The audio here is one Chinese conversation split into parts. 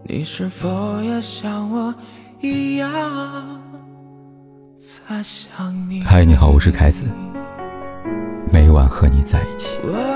你是否也像我一样在想你？ 嗨，你好，我是凯子，每晚和你在一起。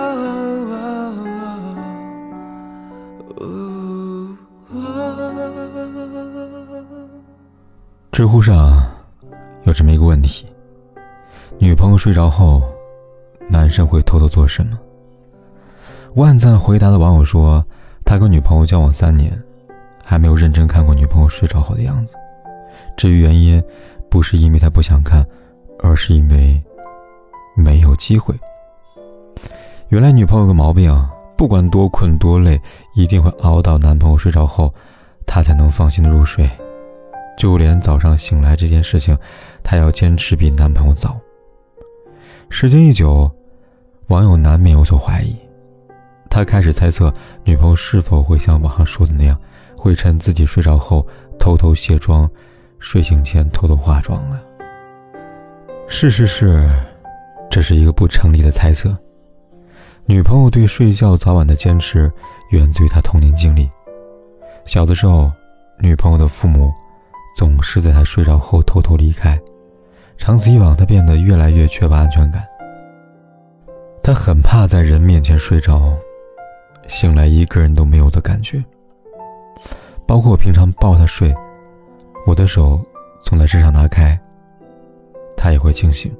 知乎上有这么一个问题：女朋友睡着后，男生会偷偷做什么？万赞回答的网友说，他跟女朋友交往3年，还没有认真看过女朋友睡着后的样子。至于原因，不是因为他不想看，而是因为没有机会。原来女朋友有个毛病，不管多困多累，一定会熬到男朋友睡着后，她才能放心的入睡。就连早上醒来这件事情，她要坚持比男朋友早。时间一久，网友难免有所怀疑，他开始猜测女朋友是否会像网上说的那样，会趁自己睡着后偷偷卸妆，睡醒前偷偷化妆了。事实是，这是一个不成立的猜测。女朋友对睡觉早晚的坚持源自于她童年经历。小的时候，女朋友的父母总是在她睡着后偷偷离开，长此以往，她变得越来越缺乏安全感。她很怕在人面前睡着，醒来一个人都没有的感觉。包括我平常抱她睡，我的手从她身上拿开，她也会惊醒。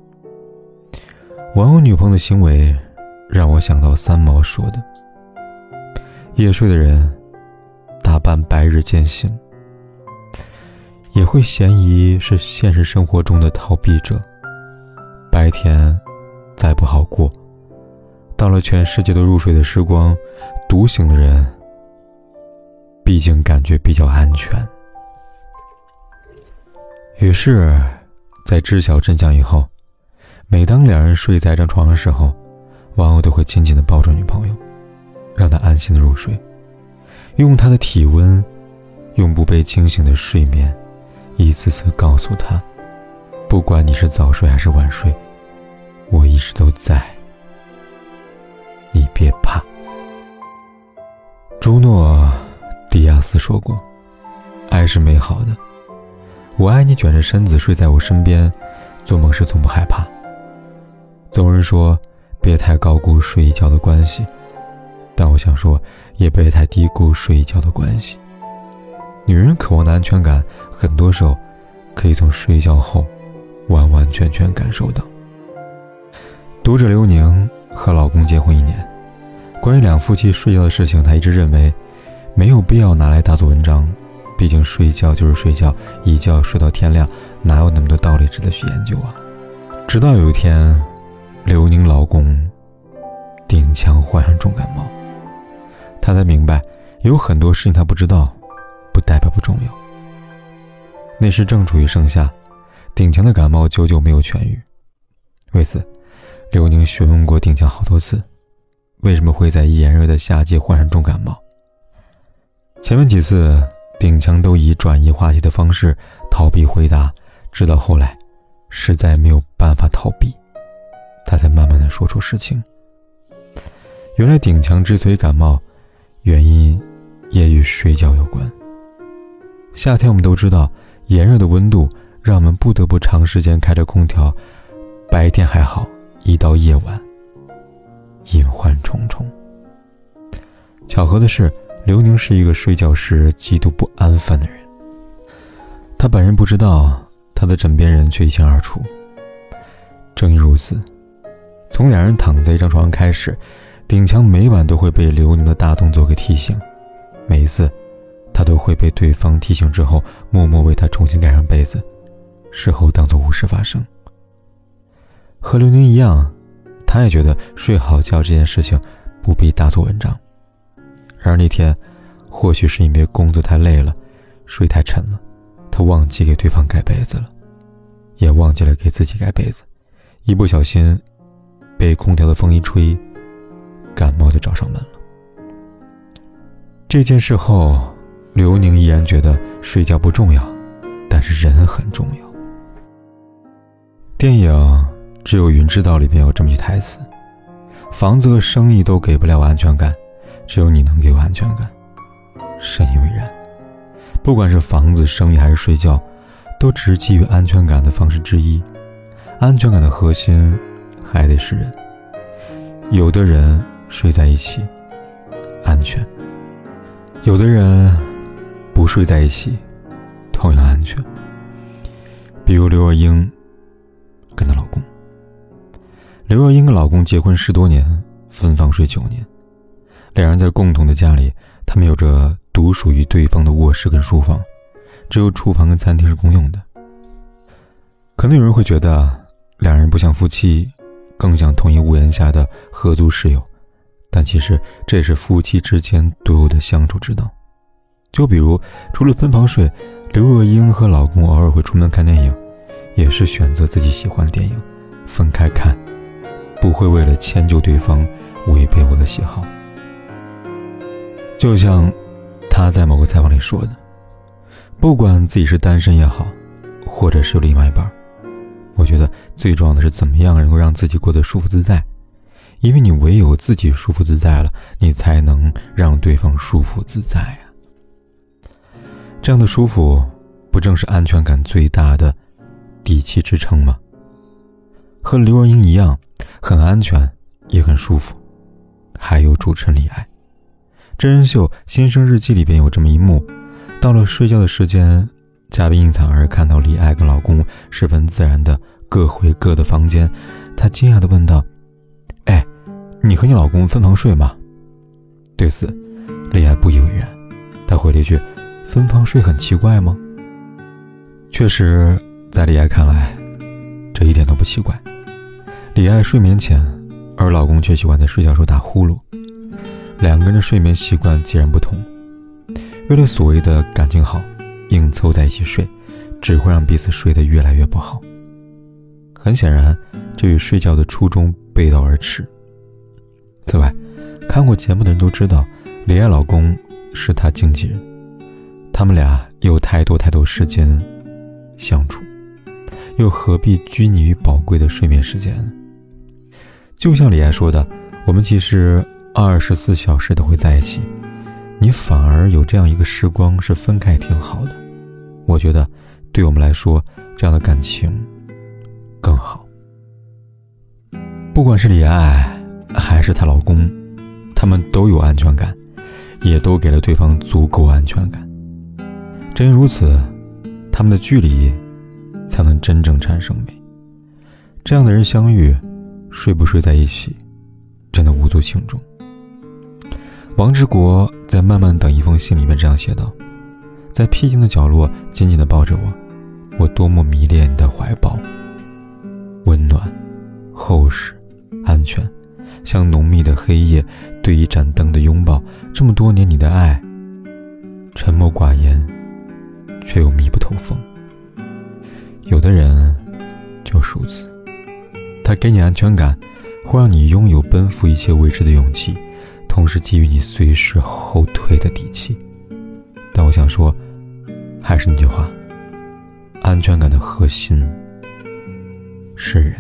网友女朋友的行为让我想到三毛说的：夜睡的人大半白日艰辛，也会嫌疑是现实生活中的逃避者。白天再不好过，到了全世界都入睡的时光，独醒的人毕竟感觉比较安全。于是在知晓真相以后，每当两人睡在一张床的时候，网友都会紧紧地抱住女朋友，让她安心地入睡，用她的体温，用不被惊醒的睡眠，一次次告诉她，不管你是早睡还是晚睡，我一直都在，你别怕。朱诺·迪亚斯说过，爱是美好的，我爱你卷着身子睡在我身边，做梦时从不害怕。总有人说别太高估睡一觉的关系，但我想说也别太低估睡一觉的关系。女人渴望的安全感，很多时候可以从睡觉后完完全全感受到。读者刘宁和老公结婚1年，关于两夫妻睡觉的事情，她一直认为没有必要拿来大做文章，毕竟睡觉就是睡觉，一觉睡到天亮，哪有那么多道理值得去研究啊。直到有一天，刘宁老公顶强患上重感冒，她才明白有很多事情她不知道，不代表不重要。那时正处于盛夏，顶强的感冒久久没有痊愈。为此，刘宁询问过顶强好多次，为什么会在炎热的夏季患上重感冒。前面几次顶强都以转移话题的方式逃避回答，直到后来实在没有办法逃避，他才慢慢地说出事情。原来顶强之所以感冒，原因也与睡觉有关。夏天我们都知道，炎热的温度让我们不得不长时间开着空调，白天还好，一到夜晚隐患重重。巧合的是，刘宁是一个睡觉时极度不安分的人，他本人不知道，他的枕边人却一清二楚。正因如此，从两人躺在一张床上开始，顶强每晚都会被刘宁的大动作给提醒，每一次他都会被对方提醒之后，默默为他重新盖上被子，事后当作无事发生。和刘宁一样，他也觉得睡好觉这件事情不必大做文章。然而那天，或许是因为工作太累了，睡太沉了，他忘记给对方盖被子了，也忘记了给自己盖被子，一不小心被空调的风一吹，感冒就找上门了。这件事后，刘宁依然觉得睡觉不重要，但是人很重要。电影《只有云知道》里面有这么句台词：房子和生意都给不了安全感，只有你能给我安全感。深以为然。 不管是房子、生意还是睡觉，都只是基于安全感的方式之一。安全感的核心还得是人。有的人睡在一起安全，有的人不睡在一起同样安全。比如刘若英跟她老公。刘若英跟老公结婚10多年，分房睡9年。两人在共同的家里，他们有着独属于对方的卧室跟书房，只有厨房跟餐厅是公用的。可能有人会觉得两人不像夫妻，更像同一屋檐下的合租室友，但其实这是夫妻之间独有的相处之道。就比如除了分房睡，刘若英和老公偶尔会出门看电影，也是选择自己喜欢的电影分开看，不会为了迁就对方违背我的喜好。就像他在某个采访里说的，不管自己是单身也好，或者是有另外一半，我觉得最重要的是怎么样能够让自己过得舒服自在，因为你唯有自己舒服自在了，你才能让对方舒服自在啊。这样的舒服不正是安全感最大的底气支撑吗？和刘若英一样，很安全也很舒服。还有主持人李艾，真人秀《新生日记》里边有这么一幕，到了睡觉的时间，嘉宾应采儿看到李艾跟老公十分自然的各回各的房间，她惊讶地问道：你和你老公分房睡吗？对此李艾不以为然，她回了一句：分房睡很奇怪吗？确实，在李艾看来这一点都不奇怪。李艾睡眠前，而老公却喜欢在睡觉时候打呼噜，两个人的睡眠习惯截然不同。为了所谓的感情好，硬凑在一起睡，只会让彼此睡得越来越不好。很显然，这与睡觉的初衷背道而驰。此外，看过节目的人都知道，李艾老公是她经纪人，他们俩有太多时间相处，又何必拘泥于宝贵的睡眠时间呢？就像李艾说的，我们其实24小时都会在一起，你反而有这样一个时光是分开挺好的。我觉得对我们来说，这样的感情更好。不管是李艾还是她老公，他们都有安全感，也都给了对方足够安全感。正因如此，他们的距离才能真正产生美。这样的人相遇，睡不睡在一起，真的无足轻重。王之国在《慢慢等一封信》里面这样写道：在僻静的角落紧紧地抱着我，我多么迷恋你的怀抱，温暖、厚实、安全，像浓密的黑夜对一盏灯的拥抱。这么多年，你的爱沉默寡言，却又密不透风。有的人就是如此，他给你安全感，会让你拥有奔赴一切未知的勇气，同时给予你随时后退的底气。但我想说，还是那句话，安全感的核心是人。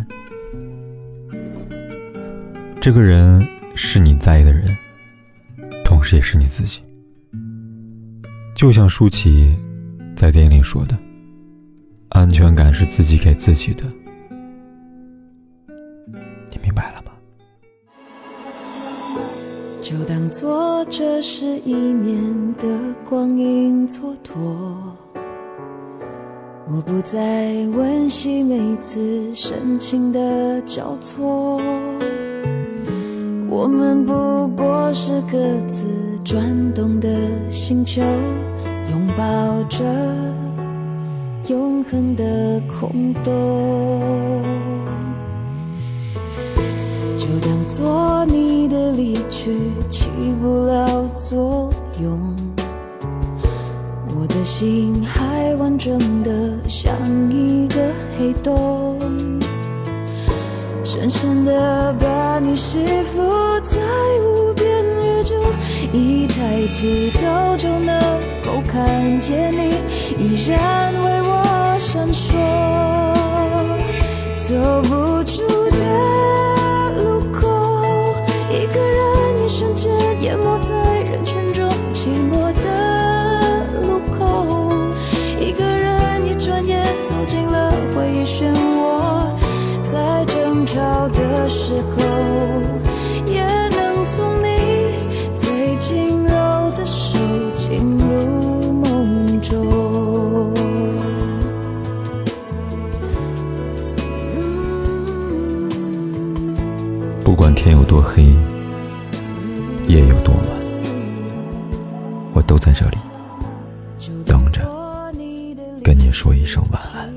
这个人是你在意的人，同时也是你自己。就像舒淇在电影里说的，安全感是自己给自己的，你明白了吗？ 就当作这是一年的光阴蹉跎，我不再温习每次深情的交错，我们不过是各自转动的星球，拥抱着永恒的空洞。就当作你的离去起不了作用，我的心还完整的像一个黑洞，深深地把你吸附在无边宇宙，一抬起头就能够看见你，依然为我闪烁。走不出的路口，一个人一瞬间淹没在人群中，寂寞的路口。 候，也能从你最轻柔的手进入梦中。 不管天有多黑，夜有多晚，我都在这里等着跟你说一声晚安。